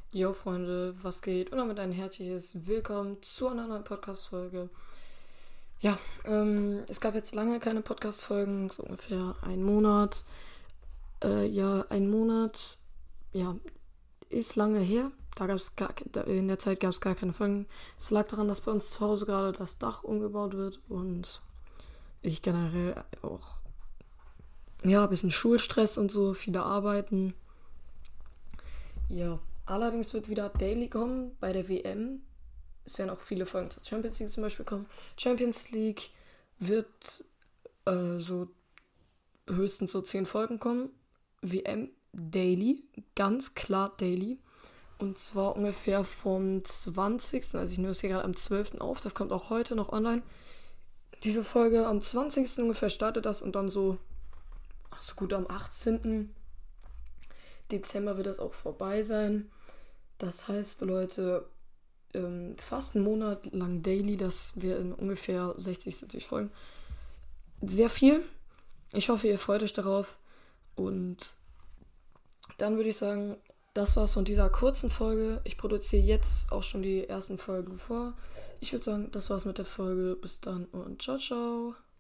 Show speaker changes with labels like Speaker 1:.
Speaker 1: Yo Freunde, was geht? Und damit ein herzliches Willkommen zu einer neuen Podcast-Folge. Ja, es gab jetzt lange keine Podcast-Folgen, so ungefähr einen Monat. Ein Monat, ist lange her. In der Zeit gab es gar keine Folgen. Es lag daran, dass bei uns zu Hause gerade das Dach umgebaut wird und ich generell auch, ein bisschen Schulstress und so, viele Arbeiten. Ja, allerdings wird wieder Daily kommen bei der WM. Es werden auch viele Folgen zur Champions League zum Beispiel kommen. Champions League wird so höchstens so 10 Folgen kommen. WM Daily, ganz klar Daily. Und zwar ungefähr vom 20. Also ich nehme es hier gerade am 12. auf. Das kommt auch heute noch online. Diese Folge am 20. ungefähr startet das und dann so gut am 18. Dezember wird das auch vorbei sein. Das heißt, Leute, fast einen Monat lang Daily, das wäre in ungefähr 60, 70 Folgen. Sehr viel. Ich hoffe, ihr freut euch darauf. Und dann würde ich sagen, das war's von dieser kurzen Folge. Ich produziere jetzt auch schon die ersten Folgen vor. Ich würde sagen, das war's mit der Folge. Bis dann und ciao, ciao.